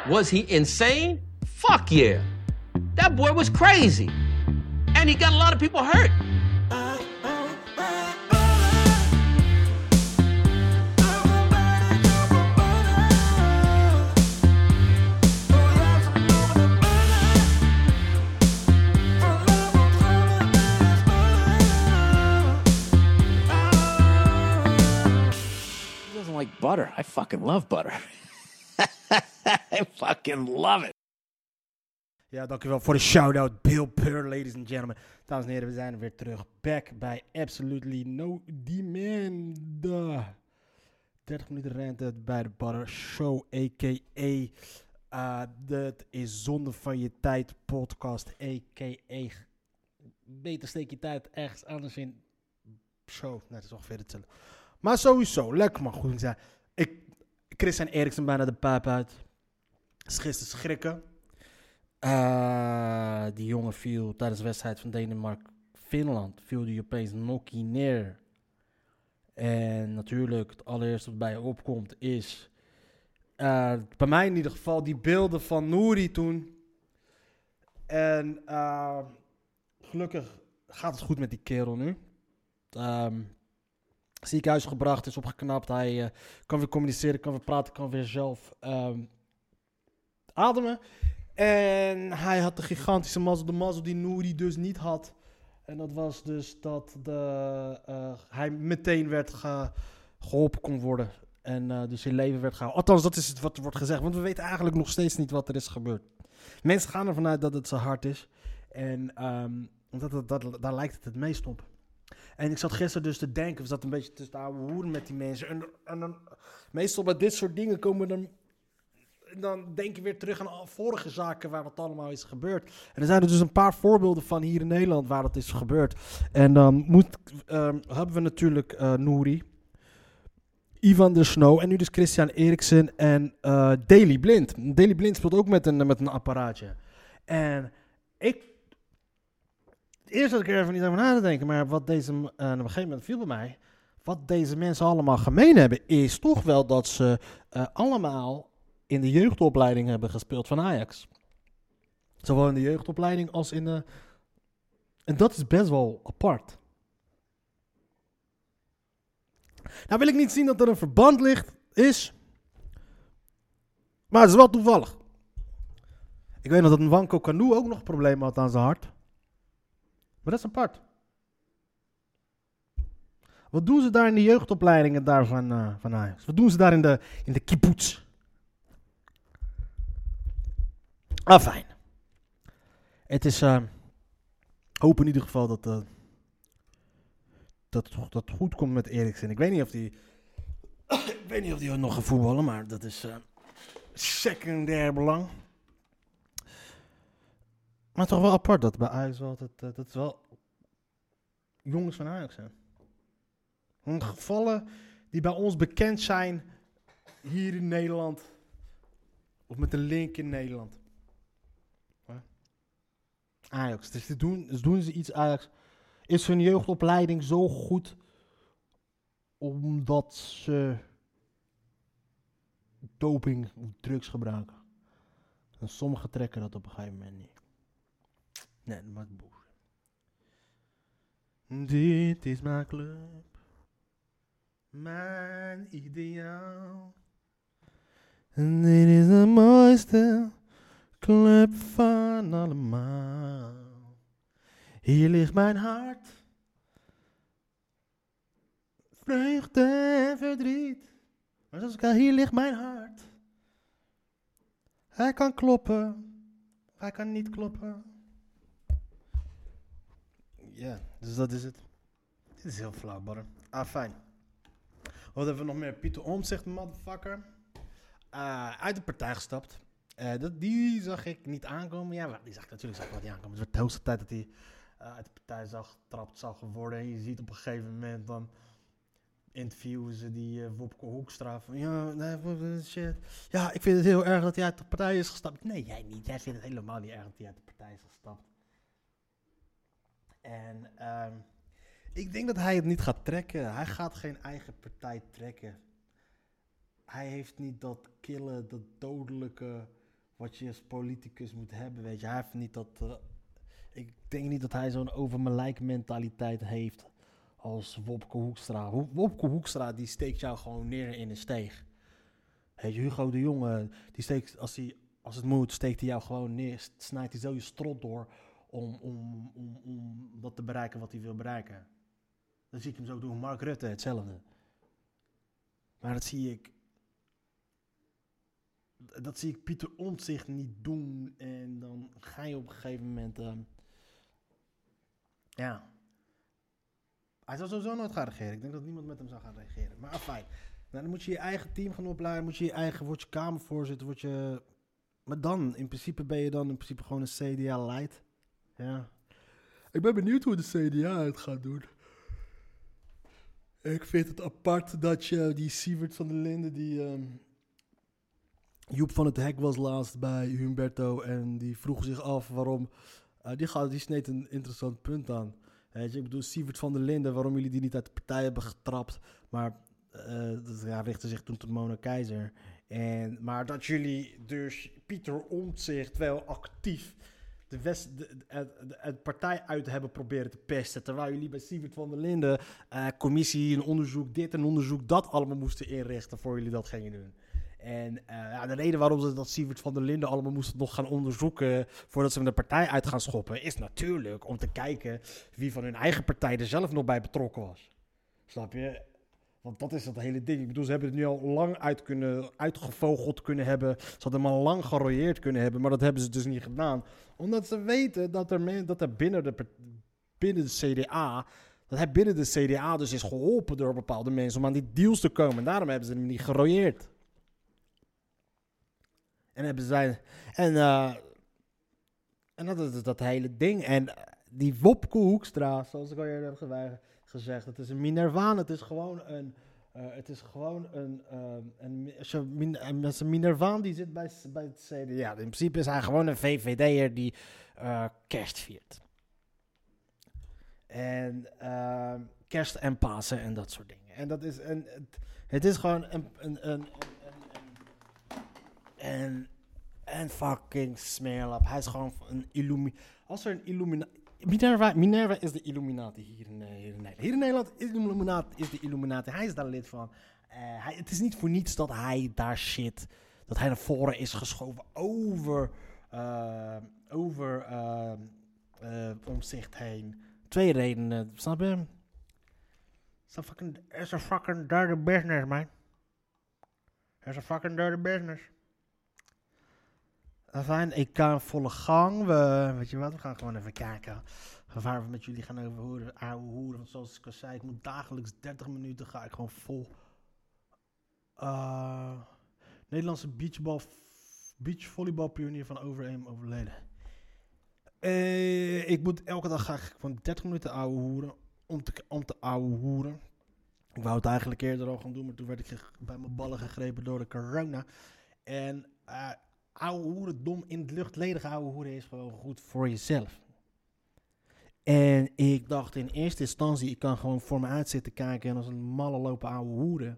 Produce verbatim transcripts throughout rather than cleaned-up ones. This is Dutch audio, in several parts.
Was he insane? Fuck yeah. That boy was crazy. And he got a lot of people hurt. Like butter. I fucking love butter. I fucking love it. Ja, dankjewel voor de shout-out, Bill Burr, ladies and gentlemen. Dames en heren, we zijn weer terug. Back bij Absolutely No Demand. dertig minuten rente bij de Butter Show, a k a. Uh, dat is Zonde van je tijd podcast, a k a. Beter steek je tijd ergens anders in. Show, nee, dat is ongeveer hetzelfde. Maar sowieso, lekker man, goed zijn. Ik, Christian Eriksen bijna de pijp uit. Is gisteren schrikken. Uh, die jongen viel tijdens de wedstrijd van Denemarken-Finland. Viel die opeens nokkie neer. En natuurlijk, het allereerste wat bij je opkomt is... Uh, bij mij in ieder geval, die beelden van Nouri toen. En uh, gelukkig gaat het goed met die kerel nu. Um, Ziekenhuis gebracht, is opgeknapt. Hij uh, kan weer communiceren, kan weer praten, kan weer zelf um, ademen. En hij had de gigantische mazzel, de mazzel die Nouri dus niet had. En dat was dus dat de, uh, hij meteen werd ge, geholpen kon worden. En uh, dus in leven werd gehouden. Althans, dat is het wat er wordt gezegd. Want we weten eigenlijk nog steeds niet wat er is gebeurd. Mensen gaan ervan uit dat het zo hard is. En um, dat, dat, dat, daar lijkt het het meest op. En ik zat gisteren dus te denken, we zaten een beetje tussen de oude hoeren met die mensen. En, en dan, meestal bij dit soort dingen komen dan, dan denk je weer terug aan vorige zaken waar wat allemaal is gebeurd. En er zijn er dus een paar voorbeelden van hier in Nederland waar dat is gebeurd. En dan moet, um, hebben we natuurlijk uh, Nouri, Ivan der Snow en nu dus Christian Eriksen en uh, Daley Blind. Daley Blind speelt ook met een, met een apparaatje. En ik... Eerst had ik er even niet over na te denken, maar wat deze, uh, op een gegeven moment viel bij mij, wat deze mensen allemaal gemeen hebben, is toch wel dat ze uh, allemaal in de jeugdopleiding hebben gespeeld van Ajax. Zowel in de jeugdopleiding als in de... En dat is best wel apart. Nou wil ik niet zien dat er een verband ligt, is, maar het is wel toevallig. Ik weet nog dat Nwankwo Kanu ook nog een probleem had aan zijn hart. Maar dat is apart. Wat doen ze daar in de jeugdopleidingen daar van, uh, van Ajax? Wat doen ze daar in de, in de kibbutz? Ah, fijn. Het is... Uh, hoop in ieder geval dat, uh, dat, dat het goed komt met Eriksen. Ik weet niet of die... ik weet niet of die nog gaat voetballen, maar dat is uh, secundair belang. Maar toch wel apart dat bij Ajax wel dat, dat het wel jongens van Ajax zijn. Gevallen die bij ons bekend zijn hier in Nederland. Of met een link in Nederland. Ajax. Dus doen, dus doen ze iets Ajax. Is hun jeugdopleiding zo goed omdat ze doping of drugs gebruiken? En sommigen trekken dat op een gegeven moment niet. Nee, dat maakt boos. Dit is mijn club. Mijn ideaal. En dit is de mooiste club van allemaal. Hier ligt mijn hart. Vreugde en verdriet. Maar zoals ik al, hier ligt mijn hart. Hij kan kloppen. Hij kan niet kloppen. Ja, dus dat is het. Dit is heel flauw, brother. Ah, fijn. Wat hebben we nog meer? Pieter Omtzigt, motherfucker. Uh, uit de partij gestapt. Uh, dat, die zag ik niet aankomen. Ja, die zag ik natuurlijk zag ik wel niet aankomen. Het werd de hoogste tijd dat hij uh, uit de partij zag, getrapt zag worden. En je ziet op een gegeven moment dan interviewen ze die uh, Wopke Hoekstra van ja, nee, shit. Ja, ik vind het heel erg dat hij uit de partij is gestapt. Nee, jij niet. Jij vindt het helemaal niet erg dat hij uit de partij is gestapt. En um, ik denk dat hij het niet gaat trekken. Hij gaat geen eigen partij trekken. Hij heeft niet dat kille, dat dodelijke wat je als politicus moet hebben, weet je. Hij heeft niet dat... Uh, ik denk niet dat hij zo'n over mijn lijk mentaliteit heeft als Wopke Hoekstra. Wopke Hoekstra, die steekt jou gewoon neer in een steeg. Weet je, Hugo de Jonge, die steekt, als, hij, als het moet, steekt hij jou gewoon neer. Snijdt hij zo je strot door om, om, om, om dat te bereiken wat hij wil bereiken. Dan zie ik hem zo doen. Mark Rutte, hetzelfde. Maar dat zie ik... Dat zie ik Pieter Omtzigt niet doen. En dan ga je op een gegeven moment... Uh, ja... Hij zou sowieso nooit gaan regeren. Ik denk dat niemand met hem zou gaan regeren. Maar fijn. Nou, dan moet je je eigen team gaan opleiden. Moet je je eigen... Word je kamervoorzitter. Word je... Maar dan, in principe ben je dan in principe gewoon een C D A-leid. Ja. Ik ben benieuwd hoe de C D A het gaat doen. Ik vind het apart dat je die Siewert van der Linden... die um, Joep van het Hek was laatst bij Humberto... en die vroeg zich af waarom... Uh, die, gaat, die sneed een interessant punt aan. Weet je, ik bedoel, Siewert van der Linden... waarom jullie die niet uit de partij hebben getrapt... maar uh, dat ja, richtte zich toen tot Mona Keizer. En, maar dat jullie dus Pieter Omtzigt wel actief... de, West, de, de, de, de partij uit hebben proberen te pesten... terwijl jullie bij Siewert van der Linden... Uh, commissie, een onderzoek dit en onderzoek dat... allemaal moesten inrichten voor jullie dat gingen doen. En uh, ja, de reden waarom ze dat Siewert van der Linden allemaal moesten nog gaan onderzoeken... voordat ze hem de partij uit gaan schoppen... is natuurlijk om te kijken wie van hun eigen partij er zelf nog bij betrokken was. Snap je? Want dat is het hele ding. Ik bedoel, ze hebben het nu al lang uit kunnen, uitgevogeld kunnen hebben. Ze hadden hem al lang gerooieerd kunnen hebben... maar dat hebben ze dus niet gedaan. Omdat ze weten dat er, men, dat er binnen, de, binnen de C D A... dat hij binnen de C D A dus is geholpen door bepaalde mensen... om aan die deals te komen. En daarom hebben ze hem niet gerooieerd. En hebben zij... En, uh, en dat is dat hele ding. En uh, die Wopke Hoekstra, zoals ik al eerder heb gezegd... het is een Minervaan, het is gewoon een... Uh, het is gewoon een... Uh, een, als je, een, een Minervaan die zit bij, bij het C D A. Ja, in principe is hij gewoon een V V D'er die uh, kerst viert. En uh, kerst en Pasen en dat soort dingen. En dat is een... Het, het is gewoon een... een, een En, en fucking smeerlap. Hij is gewoon een Illumi... Als er een Illuminati... Minerva, Minerva is de Illuminati hier in, uh, hier in Nederland. Hier in Nederland is de Illuminati, is de Illuminati. Hij is daar lid van. Uh, hij, het is niet voor niets dat hij daar shit... Dat hij naar voren is geschoven over... Uh, over... Uh, uh, Omtzigt heen. Twee redenen. Snap je? It's a fucking... It's a fucking dirty business, man. It's a fucking dirty business. Fijn, ik ga in volle gang. We, weet je wat, we gaan gewoon even kijken waar we met jullie gaan over horen. Ouwe hoeren, want zoals ik al zei, ik moet dagelijks dertig minuten ga ik gewoon vol. Uh, Nederlandse beachbal, beachvolleybalpionier van Overeem overleden. Uh, ik moet elke dag ga ik gewoon dertig minuten ouwe hoeren om te, om te ouwe hoeren. Ik wou het eigenlijk eerder al gaan doen, maar toen werd ik ge- bij mijn ballen gegrepen door de corona. En... Uh, ouwe hoeren, dom in het luchtledige ouwe hoeren is gewoon goed voor jezelf. En ik dacht in eerste instantie, ik kan gewoon voor me uit zitten kijken en als een malle lopen ouwe hoeren.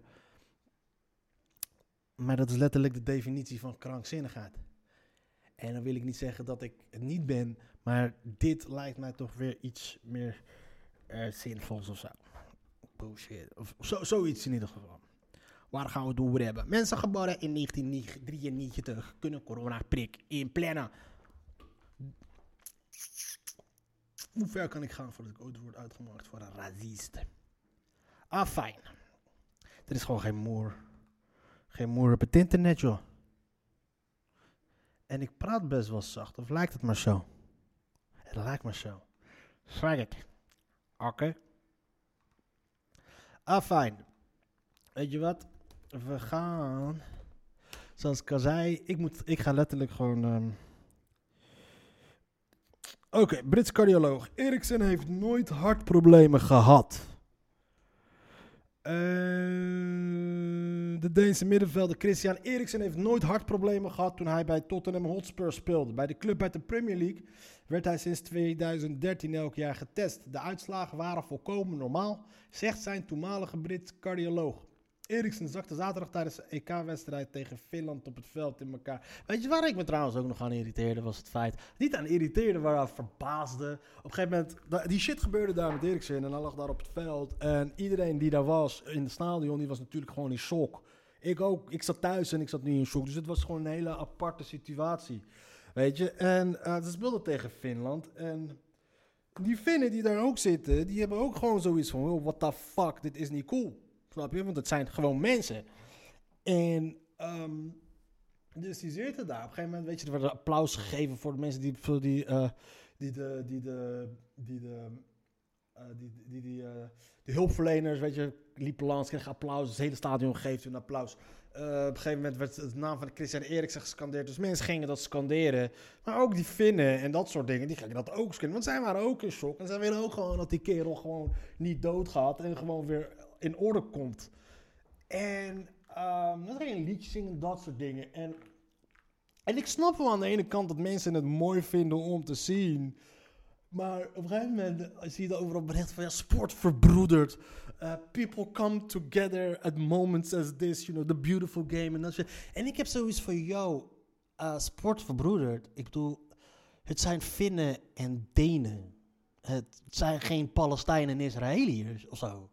Maar dat is letterlijk de definitie van krankzinnigheid. En dan wil ik niet zeggen dat ik het niet ben, maar dit lijkt mij toch weer iets meer uh, zinvols of zo. Bullshit. Of zo, zoiets in ieder geval. Waar gaan we het over hebben? Mensen geboren in negentien drieënnegentig kunnen coronaprik inplannen. Hoe ver kan ik gaan voordat ik ooit word uitgemaakt voor een racist? Ah, fijn. Er is gewoon geen moer. Geen moer op het internet, joh. En ik praat best wel zacht, of lijkt het maar zo? Het lijkt maar zo. Zwag ik. Oké. Okay. Ah, fijn. Weet je wat? We gaan... Zoals ik al zei, ik, moet, ik ga letterlijk gewoon... Um... Oké, okay, Brits cardioloog. Eriksen heeft nooit hartproblemen gehad. Uh, de Deense middenvelder Christian Eriksen heeft nooit hartproblemen gehad toen hij bij Tottenham Hotspur speelde. Bij de club uit de Premier League werd hij sinds tweeduizend dertien elk jaar getest. De uitslagen waren volkomen normaal, zegt zijn toenmalige Brits cardioloog. Eriksen zakte zaterdag tijdens de E K-wedstrijd tegen Finland op het veld in elkaar. Weet je waar ik me trouwens ook nog aan irriteerde, was het feit... Niet aan irriteerde, maar aan verbaasde. Op een gegeven moment... Die shit gebeurde daar met Eriksen en hij lag daar op het veld. En iedereen die daar was in het stadion, die was natuurlijk gewoon in shock. Ik ook. Ik zat thuis en ik zat nu in shock. Dus het was gewoon een hele aparte situatie. Weet je? En uh, ze speelden tegen Finland. En die Finnen die daar ook zitten, die hebben ook gewoon zoiets van... Oh, what the fuck, dit is niet cool. Snap je? Want het zijn gewoon mensen. En um, dus die zitten daar. Op een gegeven moment, weet je, er werd applaus gegeven voor de mensen die, voor die, uh, die de, die de, die de, uh, die, die, die, uh, de hulpverleners, weet je, liepen langs, kregen applaus. Het hele stadion geeft hun applaus. Uh, op een gegeven moment werd de naam van Christian Eriksen gescandeerd. Dus mensen gingen dat scanderen. Maar ook die Finnen en dat soort dingen, die gingen dat ook scanderen. Want zij waren ook in shock. En zij willen ook gewoon dat die kerel gewoon niet doodgaat en gewoon weer in orde komt. En um, dan ga je een liedje zingen, dat soort dingen. En, en ik snap wel aan de ene kant dat mensen het mooi vinden om te zien. Maar op een gegeven moment zie je dat overal bericht van ja, sport verbroedert. Uh, people come together at moments as this, you know, the beautiful game. En, dat soort. En ik heb zoiets van, yo, uh, sport verbroedert. Ik bedoel, het zijn Finnen en Denen. Het zijn geen Palestijnen en Israëliërs of zo.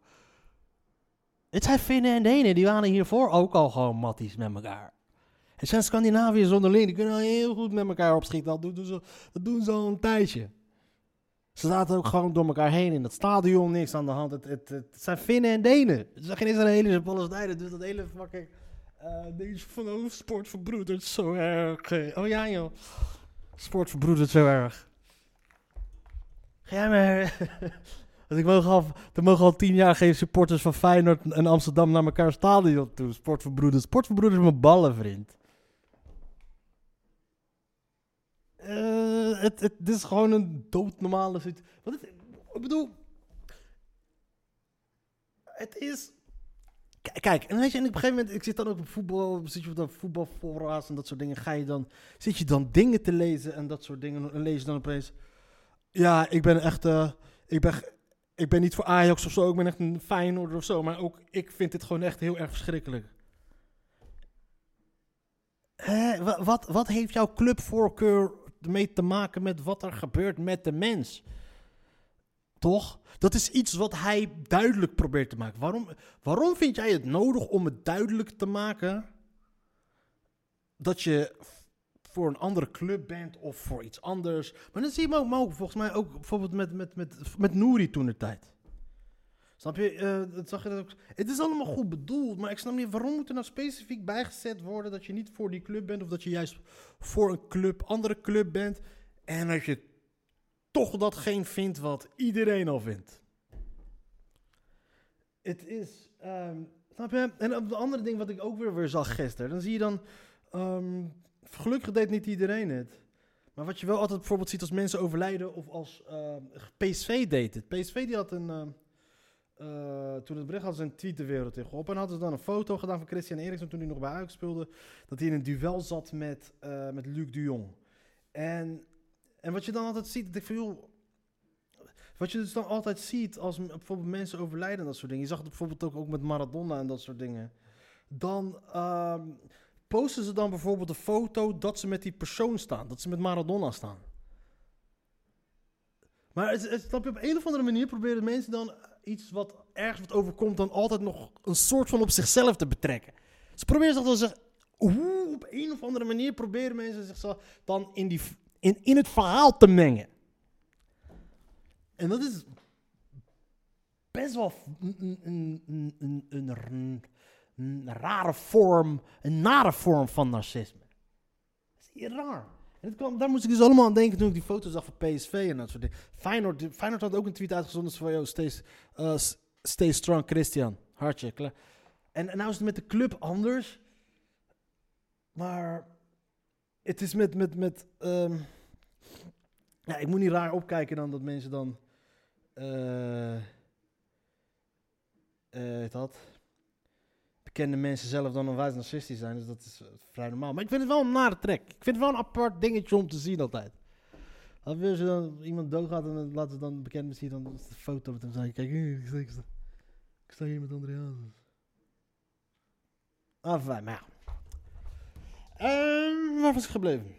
Het zijn Finnen en Denen, die waren hiervoor ook al gewoon matties met elkaar. Het zijn Scandinaviërs onderling, die kunnen al heel goed met elkaar opschieten. Dat doen, ze, dat doen ze al een tijdje. Ze zaten ook gewoon door elkaar heen in het stadion, niks aan de hand. Het, het, het zijn Finnen en Denen. Het zijn geen Israëliërs en Palestijnen, dus dat hele fucking... Uh, dingetje van, oh, sport verbroedert zo erg. Oh ja joh, sport verbroedert zo erg. Ga jij maar... Want ik mogen al, er mogen al tien jaar geen supporters van Feyenoord en Amsterdam naar elkaar stadion toe. Sportverbroeders. Sportverbroeders is mijn ballen, vriend. Uh, het, het, het is gewoon een doodnormale situatie. Ik bedoel... Het is... K- kijk, en weet je, en op een gegeven moment... Ik zit dan ook op voetbal... Zit je op voetbalfora's en dat soort dingen. Ga je dan... Zit je dan dingen te lezen en dat soort dingen. En lees je dan opeens... Ja, ik ben echt... Uh, ik ben... Ik ben niet voor Ajax of zo, ik ben echt een Feyenoorder of zo. Maar ook ik vind dit gewoon echt heel erg verschrikkelijk. Hè, wat, wat, wat heeft jouw clubvoorkeur mee te maken met wat er gebeurt met de mens? Toch? Dat is iets wat hij duidelijk probeert te maken. Waarom, waarom vind jij het nodig om het duidelijk te maken dat je voor een andere club bent of voor iets anders? Maar dan zie je hem ook, maar ook volgens mij ook bijvoorbeeld met, met, met, met Nouri toentertijd. Snap je? Uh, dat zag je dat ook. Het is allemaal goed bedoeld, maar ik snap niet waarom moet er nou specifiek bijgezet worden dat je niet voor die club bent of dat je juist voor een club, andere club bent en dat je toch datgene vindt wat iedereen al vindt. Het is, um, snap je? En op de andere ding wat ik ook weer, weer zag gisteren, dan zie je dan, um, gelukkig deed niet iedereen het. Maar wat je wel altijd bijvoorbeeld ziet als mensen overlijden of als uh, P S V deed het. P S V die had een, uh, uh, toen het bericht had ze een tweet de wereld in geholpen. En hadden ze dan een foto gedaan van Christian Eriksen toen hij nog bij Ajax speelde. Dat hij in een duel zat met, uh, met Luc de Jong. En, en wat je dan altijd ziet, dat ik van joh, wat je dus dan altijd ziet als m- bijvoorbeeld mensen overlijden en dat soort dingen. Je zag het bijvoorbeeld ook, ook met Maradona en dat soort dingen. Dan um, posten ze dan bijvoorbeeld een foto dat ze met die persoon staan. Dat ze met Maradona staan. Maar het, het, snap je, op een of andere manier proberen mensen dan iets wat ergens wat overkomt dan altijd nog een soort van op zichzelf te betrekken. Ze proberen zich dan zeggen, hoe op een of andere manier proberen mensen zichzelf dan in, die, in, in het verhaal te mengen. En dat is best wel een, een, een, een, een, een rare vorm, een nare vorm van narcisme. Dat is raar. En het kwam, daar moest ik dus allemaal aan denken toen ik die foto's zag van P S V en dat soort dingen. Feyenoord, Feyenoord had ook een tweet uitgezonden van, yo, stay, uh, stay strong Christian. Hartje, klaar. En, en nou is het met de club anders. Maar het is met, met, met um, ja, ik moet niet raar opkijken dan dat mensen dan uh, uh, dat bekende mensen zelf dan onwijs narcistisch zijn. Dus dat is uh, vrij normaal. Maar ik vind het wel een nare trek. Ik vind het wel een apart dingetje om te zien altijd. Als je dan iemand doodgaat en dan laten ze dan bekend misschien dan is de foto met hem zeggen. Kijk, ik sta, ik sta, ik sta hier met Andreas. Ah, fijn, maar ja. Um, waar was ik gebleven?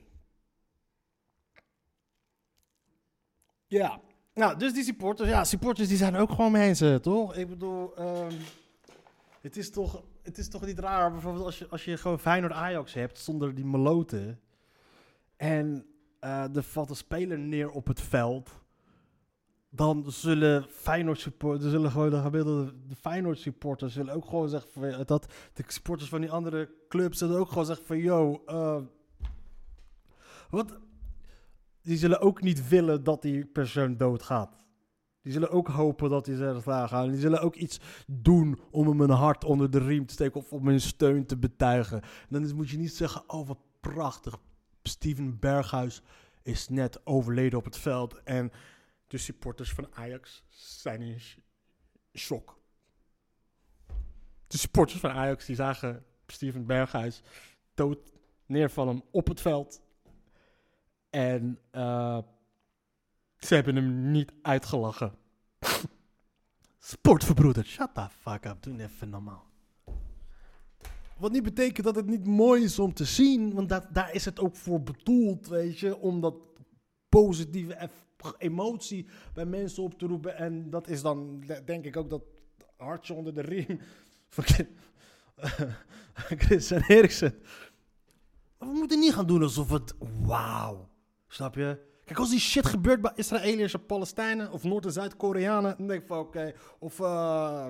Ja. Nou, dus die supporters, ja, supporters die zijn ook gewoon mensen, toch? Ik bedoel, um, het, is toch, het is toch niet raar, bijvoorbeeld als je, als je gewoon Feyenoord-Ajax hebt zonder die meloten en uh, er valt een speler neer op het veld, dan zullen Feyenoord supporters, zullen gewoon de gemiddelde de Feyenoord supporters zullen ook gewoon zeggen van, dat de supporters van die andere clubs zullen ook gewoon zeggen van, yo, uh, wat? Die zullen ook niet willen dat die persoon doodgaat. Die zullen ook hopen dat hij zelf gaat. Die zullen ook iets doen om hem een hart onder de riem te steken of om hun steun te betuigen. En dan is, moet je niet zeggen, oh wat prachtig. Steven Berghuis is net overleden op het veld en de supporters van Ajax zijn in shock. De supporters van Ajax die zagen Steven Berghuis dood neervallen op het veld. En uh, ze hebben hem niet uitgelachen. Sportverbroeder, shut the fuck up. Doe even normaal. Wat niet betekent dat het niet mooi is om te zien. Want dat, daar is het ook voor bedoeld, weet je. Om dat positieve eff- emotie bij mensen op te roepen. En dat is dan, denk ik ook, dat hartje onder de riem van Christian Eriksen. Maar we moeten niet gaan doen alsof het wauw. Snap je? Kijk, als die shit gebeurt bij Israëliërs en Palestijnen of Noord- en Zuid-Koreanen, dan denk ik van oké, okay, of uh,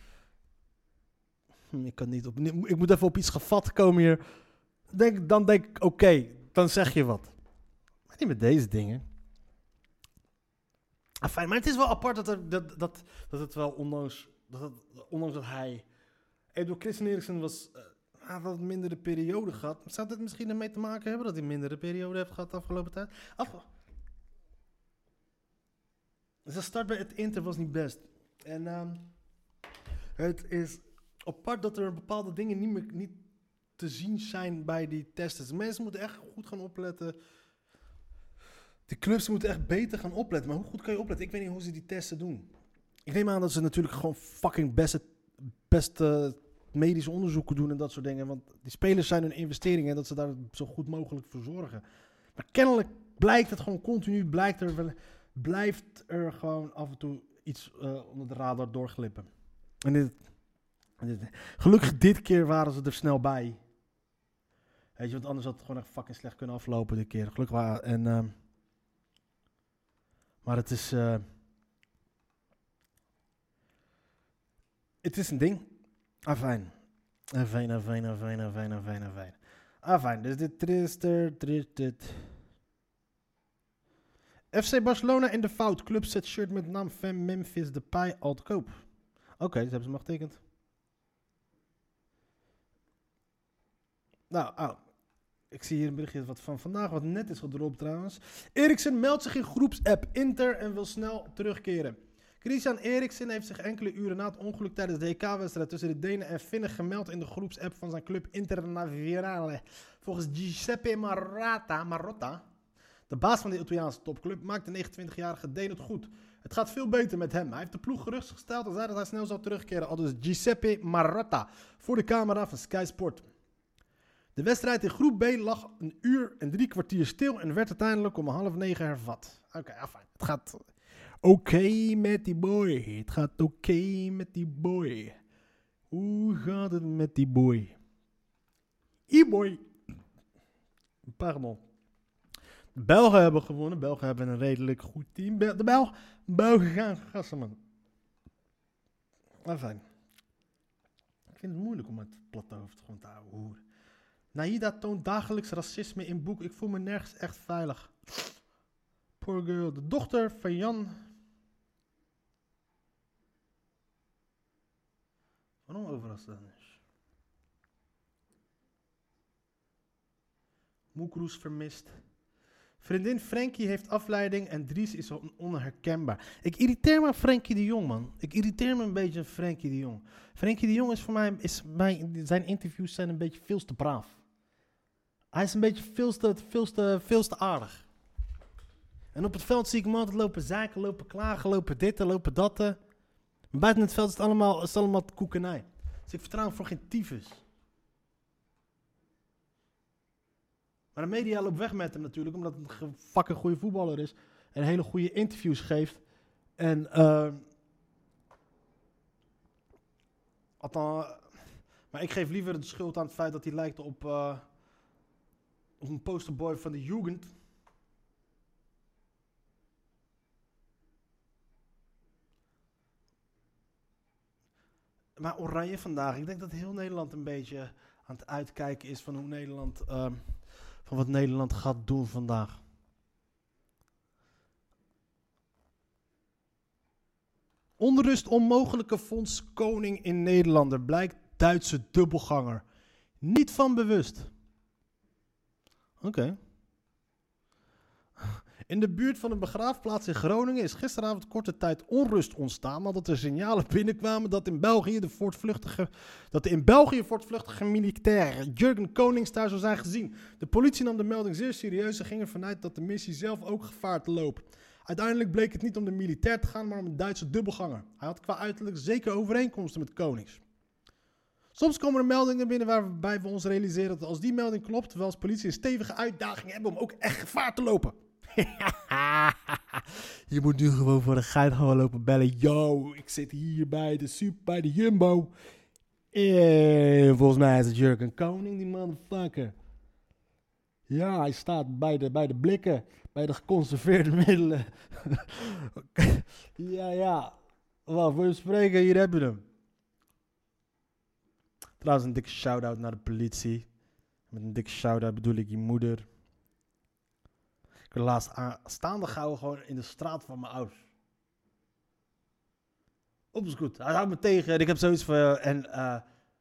ik kan niet op, ik moet even op iets gevat komen hier. Denk, dan denk ik oké, okay, dan zeg je wat. Maar niet met deze dingen. Ah, fijn, maar het is wel apart dat, er, dat, dat, dat het wel ondanks dat, het, ondanks dat hij, ik bedoel, Christian Eriksen was uh, Hij had een mindere periode gehad. Zou dit misschien ermee te maken hebben dat hij een mindere periode heeft gehad de afgelopen tijd? Af... Zijn start bij het Inter was niet best. En um, het is apart dat er bepaalde dingen niet meer niet te zien zijn bij die testen. Mensen moeten echt goed gaan opletten. De clubs moeten echt beter gaan opletten. Maar hoe goed kan je opletten? Ik weet niet hoe ze die testen doen. Ik neem aan dat ze natuurlijk gewoon fucking beste... beste medische onderzoeken doen en dat soort dingen. Want die spelers zijn een investering en dat ze daar zo goed mogelijk voor zorgen. Maar kennelijk blijkt het gewoon continu, blijkt er, blijft er gewoon af en toe iets uh, onder de radar doorglippen. En dit, dit, gelukkig dit keer waren ze er snel bij. Weet je, want anders had het gewoon echt fucking slecht kunnen aflopen dit keer. Gelukkig waren en uh, maar het is uh, het is een ding. Ah, fijn. Ah, fijn, ah, fijn, ah, fijn, ah, fijn, ah, fijn, ah, fijn. Ah, fijn. Dus dit is er, dit, dit. F C Barcelona in de fout. Club zet shirt met naam van Memphis Depay al te koop. Oké, okay, dat hebben ze maar getekend. Nou, oh. Ik zie hier een berichtje wat van vandaag, wat net is gedropt trouwens. Eriksen meldt zich in groepsapp Inter en wil snel terugkeren. Christian Eriksen heeft zich enkele uren na het ongeluk tijdens de E K-wedstrijd tussen de Denen en Finnen gemeld in de groepsapp van zijn club Internazionale. Volgens Giuseppe Marotta, Marotta, de baas van de Italiaanse topclub, maakt de negenentwintigjarige Deen het goed. Het gaat veel beter met hem. Hij heeft de ploeg gerustgesteld en zei dat hij snel zou terugkeren, aldus Giuseppe Marotta voor de camera van Sky Sport. De wedstrijd in groep B lag een uur en drie kwartier stil en werd uiteindelijk om half negen hervat. Oké, okay, afijn. Het gaat oké okay met die boy. Het gaat oké okay met die boy. Hoe gaat het met die boy? E-boy. Pardon. De Belgen hebben gewonnen. De Belgen hebben een redelijk goed team. De Belgen, Belgen gaan gassen, man. Afijn. Ik vind het moeilijk om het platte hoofd gewoon te houden. Naida toont dagelijks racisme in boek. Ik voel me nergens echt veilig. Poor girl. De dochter van Jan. Waarom overrast dat is? Moekroes vermist. Vriendin Frankie heeft afleiding en Dries is onherkenbaar. Ik irriteer me aan Frankie de Jong, man. Ik irriteer me een beetje aan Frankie de Jong. Frankie de Jong is voor mij, is mij zijn interviews zijn een beetje veel te braaf. Hij is een beetje veel te, veel te, veel te aardig. En op het veld zie ik hem altijd lopen zeiken, lopen klagen, lopen dit en lopen dat. Maar buiten het veld is het allemaal, is het allemaal koekenij. Dus ik vertrouw hem voor geen tyfus. Maar de media loopt weg met hem natuurlijk, omdat het een fucking goede voetballer is. En hele goede interviews geeft. En, uh, althans, maar ik geef liever de schuld aan het feit dat hij lijkt op, uh, op een posterboy van de Jugend. Maar Oranje vandaag, ik denk dat heel Nederland een beetje aan het uitkijken is van hoe Nederland, uh, van wat Nederland gaat doen vandaag. Onrust onmogelijke fonds Koning in Nederlander, blijkt Duitse dubbelganger. Niet van bewust. Oké. Okay. In de buurt van een begraafplaats in Groningen is gisteravond korte tijd onrust ontstaan, nadat er signalen binnenkwamen dat in België de voortvluchtige, dat de in België voortvluchtige militair Jurgen Konings daar zou zijn gezien. De politie nam de melding zeer serieus en ging ervan uit dat de missie zelf ook gevaar te lopen. Uiteindelijk bleek het niet om de militair te gaan, maar om een Duitse dubbelganger. Hij had qua uiterlijk zeker overeenkomsten met Konings. Soms komen er meldingen binnen waarbij we ons realiseren dat als die melding klopt, we als politie een stevige uitdaging hebben om ook echt gevaar te lopen. Je moet nu gewoon voor de geit gewoon lopen bellen. Yo, ik zit hier bij de super, bij de Jumbo. En volgens mij is het Jurgen Koning, die motherfucker. Ja, hij staat bij de, bij de blikken, bij de geconserveerde middelen. ja, ja. Wat voor je spreken, hier heb je hem. Trouwens, een dikke shout-out naar de politie. Met een dikke shout-out bedoel ik je moeder. Ik werd laatst staande gehouden gewoon in de straat van mijn ouders. Op is goed. Hij houdt me tegen en ik heb zoiets van... Uh, en, uh,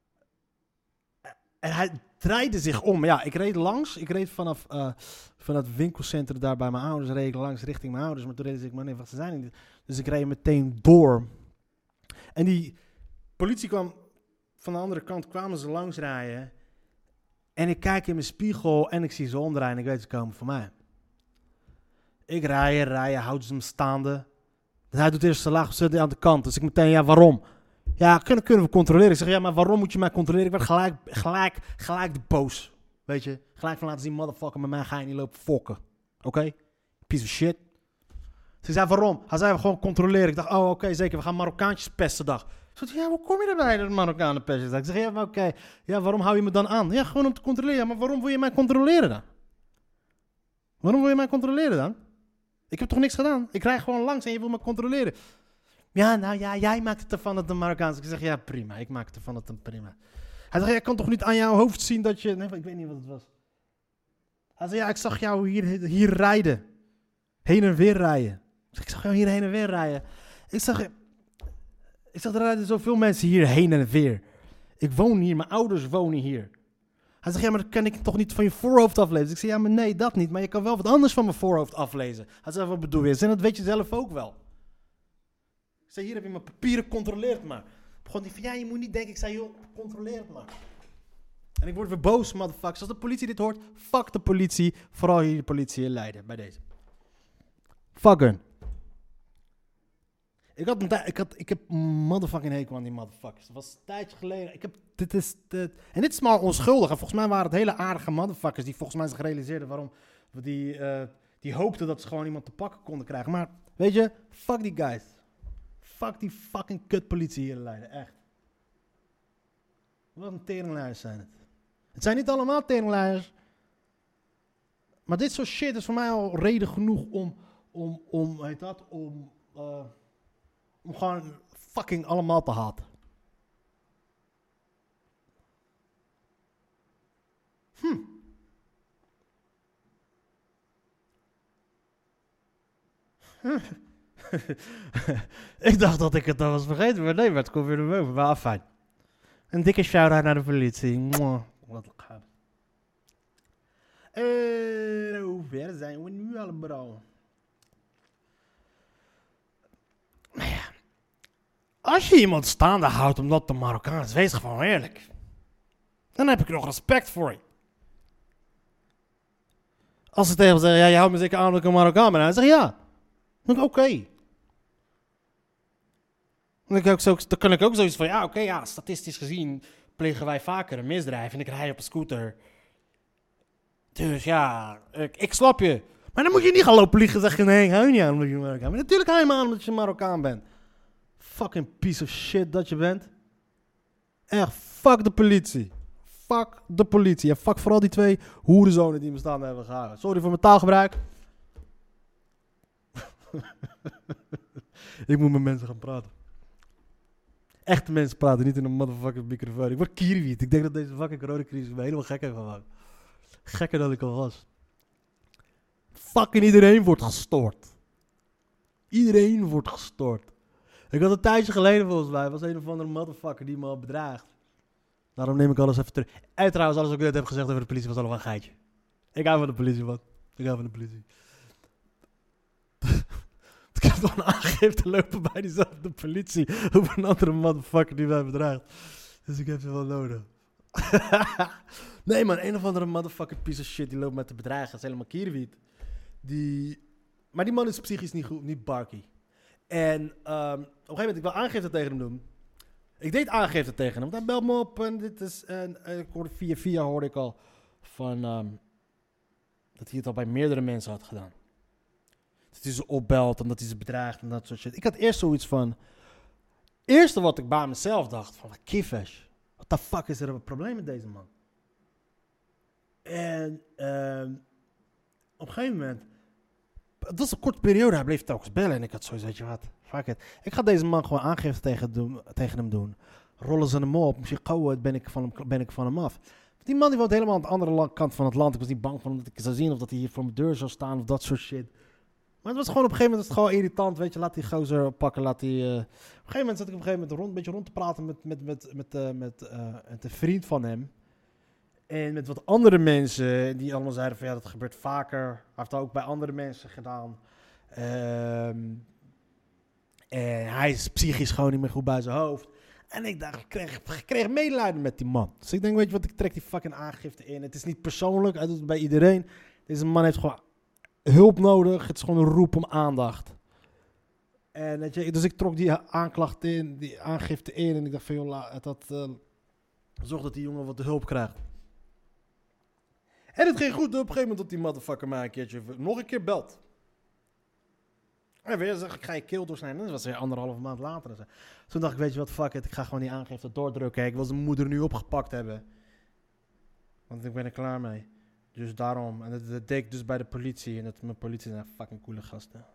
en hij draaide zich om. Ja, ik reed langs. Ik reed vanaf uh, van het winkelcentrum daar bij mijn ouders. Reed ik langs richting mijn ouders. Maar toen reed ik, maar nee, wat ze zijn niet. Dus ik reed meteen door. En die politie kwam... Van de andere kant kwamen ze langs rijden. En ik kijk in mijn spiegel en ik zie ze omdraaien. En ik weet, ze komen voor mij. Ik rij, rij, houden ze hem staande. Dus hij doet eerst zijn laag zitten aan de kant. Dus ik meteen, ja, waarom? Ja, kunnen, kunnen we controleren. Ik zeg, ja, maar waarom moet je mij controleren? Ik werd gelijk, gelijk, gelijk de boos. Weet je? Gelijk van laten zien, motherfucker, met mij ga je niet lopen fokken. Oké? Okay? Piece of shit. Dus ik zei, waarom? Hij zei, we gewoon controleren. Ik dacht, oh, oké, okay, zeker. We gaan Marokkaantjes pesten dag. Ik zei, ja, hoe kom je erbij dat Marokkanen pesten dag? Ik zeg, ja, maar oké. Okay. Ja, waarom hou je me dan aan? Ja, gewoon om te controleren. Ja, maar waarom wil je mij controleren dan? Waarom wil je mij controleren dan? Ik heb toch niks gedaan? Ik rij gewoon langs en je wil me controleren. Ja, nou ja, jij maakt het ervan dat het een Marokkaans is. Ik zeg, ja, prima. Ik maak het ervan dat het een prima. Hij zegt, jij kan toch niet aan jouw hoofd zien dat je... Nee, ik weet niet wat het was. Hij zei, ja, ik zag jou hier, hier rijden. Heen en weer rijden. Ik zag jou hier heen en weer rijden. Ik zag... Ik zag, er rijden zoveel mensen hier heen en weer. Ik woon hier, mijn ouders wonen hier. Hij zegt, ja, maar dat kan ik toch niet van je voorhoofd aflezen? Ik zeg, ja, maar nee, dat niet. Maar je kan wel wat anders van mijn voorhoofd aflezen. Hij zegt, wat bedoel je? En dat weet je zelf ook wel. Ik zei, hier heb je mijn papieren, controleer het maar. Begon die van, ja, je moet niet denken. Ik zei, joh, controleer het maar. En ik word weer boos, motherfuckers. Als de politie dit hoort, fuck de politie. Vooral hier de politie in Leiden, bij deze. Fuck hun. Ik, had een ik, had, ik heb motherfucking hekel aan die motherfuckers. Dat was een tijdje geleden. Ik heb, dit is, dit, en dit is maar onschuldig. En volgens mij waren het hele aardige motherfuckers die volgens mij zich realiseerden waarom we die, uh, die hoopten dat ze gewoon iemand te pakken konden krijgen. Maar weet je, fuck die guys. Fuck die fucking kutpolitie hier in Leiden, echt. Wat een teringlijers zijn het. Het zijn niet allemaal teringlijers. Maar dit soort shit is voor mij al reden genoeg om, om, om heet dat, om... Uh, Om gewoon fucking allemaal te haten. Hm. Ik dacht dat ik het dan was vergeten, maar nee, maar het komt weer naar boven. Maar fijn. Een dikke shout-out naar de politie. Mwah. Wat gaaf. En hoe ver zijn we nu al, bro? Nou ja. Als je iemand staande houdt omdat de Marokkaan is, wees gewoon eerlijk. Dan heb ik nog respect voor je. Als ze tegen me zeggen, ja, je houdt me zeker aan dat ik een Marokkaan ben. Dan zeg ik, ja. Dan denk ik, oké. Okay. Dan, dan kan ik ook zoiets van, ja, oké, okay, ja, statistisch gezien plegen wij vaker een misdrijf en ik rij op een scooter Dus ja, ik, ik snap je. Maar dan moet je niet gaan lopen liegen en zeggen, nee, ik hou je niet aan omdat je Marokkaan bent. Maar natuurlijk hou je me aan omdat je Marokkaan bent. Fucking piece of shit dat je bent. Echt, fuck de politie. Fuck de politie. En fuck vooral die twee hoerenzonen die me staan hebben gehouden. Sorry voor mijn taalgebruik. Ik moet met mensen gaan praten. Echte mensen praten, niet in een motherfucking microfoon. Ik word kierwiet. Ik denk dat deze fucking coronacrisis me helemaal gek heeft gemaakt. Gekker dan ik al was. Fucking iedereen wordt gestoord. Iedereen wordt gestoord. Ik had een tijdje geleden volgens mij, was een of andere motherfucker die me al bedreigt. Daarom neem ik alles even terug. En trouwens, alles wat ik net heb gezegd over de politie was allemaal een geitje. Ik hou van de politie, man. Ik hou van de politie. Ik heb toch een aangifte lopen bij diezelfde politie over een andere motherfucker die mij bedreigt. Dus ik heb ze wel nodig. Nee man, een of andere motherfucker piece of shit die loopt met te bedreigen. Dat is helemaal kierwiet. Die... Maar die man is psychisch niet goed, niet barky. En um, op een gegeven moment, ik wil aangifte tegen hem doen. Ik deed aangifte tegen hem. Hij belt me op en dit is... En, en ik hoorde via via hoorde ik al van... Um, dat hij het al bij meerdere mensen had gedaan. Dat hij ze opbelt en dat hij ze bedreigt en dat soort shit. Ik had eerst zoiets van... Het eerste wat ik bij mezelf dacht van... Kifesh, what the fuck is er een probleem met deze man? En um, op een gegeven moment... Het was een korte periode, hij bleef telkens bellen. En ik had zoiets, weet je wat, fuck it. Ik ga deze man gewoon aangifte tegen, doen, tegen hem doen. Rollen ze hem op, misschien gauw ben ik, van hem, ben ik van hem af. Die man die woont helemaal aan de andere la- kant van het land. Ik was niet bang van dat ik zou zien of dat hij hier voor mijn deur zou staan of dat soort shit. Maar het was gewoon op een gegeven moment was het gewoon irritant, weet je. Laat die gozer pakken, laat die... Uh... Op een gegeven moment zat ik op een gegeven moment rond, een beetje rond te praten met, met, met, met, uh, met, uh, met een vriend van hem. En met wat andere mensen die allemaal zeiden van ja, dat gebeurt vaker. Hij heeft dat ook bij andere mensen gedaan. Um, en hij is psychisch gewoon niet meer goed bij zijn hoofd. En ik dacht, ik kreeg, ik kreeg medelijden met die man. Dus ik denk, weet je wat, ik trek die fucking aangifte in. Het is niet persoonlijk, hij doet het bij iedereen. Deze man heeft gewoon hulp nodig. Het is gewoon een roep om aandacht. En weet je, dus ik trok die aanklacht in, die aangifte in. En ik dacht van joh, dat, uh, zorg dat die jongen wat hulp krijgt. En het ging goed op een gegeven moment dat die motherfucker mij een keertje nog een keer belt. En weer zeg ik, ga je keel doorsnijden. Dat was weer anderhalve maand later. Toen dacht ik, weet je wat, fuck it. Ik ga gewoon die aangifte doordrukken. Ik wil zijn moeder nu opgepakt hebben. Want ik ben er klaar mee. Dus daarom. En dat, dat deed ik dus bij de politie. En dat mijn politie zijn fucking coole gasten.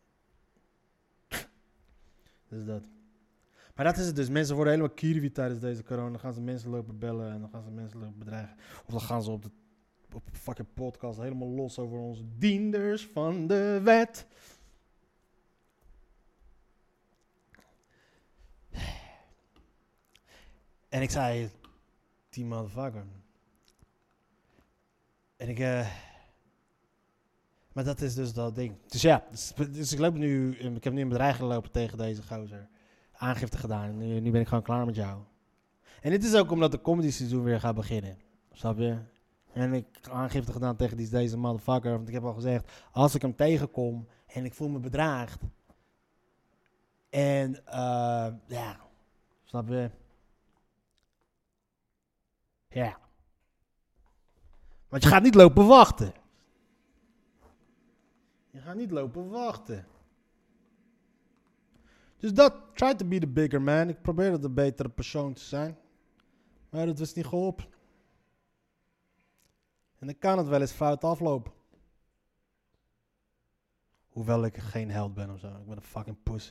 Dus dat. Maar dat is het dus. Mensen worden helemaal kierwie tijdens deze corona. Dan gaan ze mensen lopen bellen. En dan gaan ze mensen lopen bedreigen. Of dan gaan ze op de op de fucking podcast helemaal los over onze dienders van de wet. En ik zei, die motherfucker. En ik, uh, maar dat is dus dat ding. Dus ja, dus, dus ik loop nu, ik heb nu een bedreiging gelopen tegen deze gozer. Aangifte gedaan. En nu, nu ben ik gewoon klaar met jou. En dit is ook omdat de comedy seizoen weer gaat beginnen. Snap je? En ik heb aangifte gedaan tegen die, deze motherfucker. Want ik heb al gezegd, als ik hem tegenkom en ik voel me bedreigd. En uh, ja, snap je? Ja. Want je gaat niet lopen wachten. Je gaat niet lopen wachten. Dus dat, try to be the bigger man. Ik probeerde de betere persoon te zijn. Maar dat was niet geholpen. En dan kan het wel eens fout aflopen. Hoewel ik geen held ben of zo. Ik ben een fucking pussy.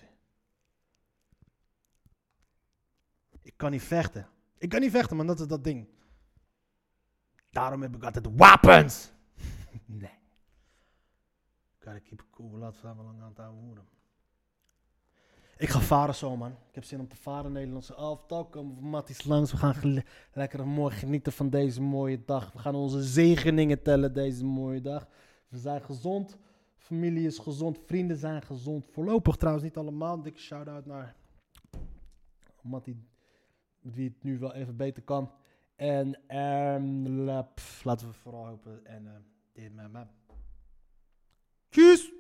Ik kan niet vechten. Ik kan niet vechten, man. Dat is dat ding. Daarom heb ik altijd wapens. Nee. Gotta keep it cool. Laten we daar maar lang aan het ouwe hoeren. Ik ga varen zo, man. Ik heb zin om te varen. Nederlandse elftal. Komen we matties langs. We gaan gele- lekker mooi genieten van deze mooie dag. We gaan onze zegeningen tellen deze mooie dag. We zijn gezond. Familie is gezond. Vrienden zijn gezond. Voorlopig trouwens niet allemaal. Dikke shout-out naar Mattie. Met wie het nu wel even beter kan. En um, pff, laten we vooral hopen. En uh, dit met me. Tjus!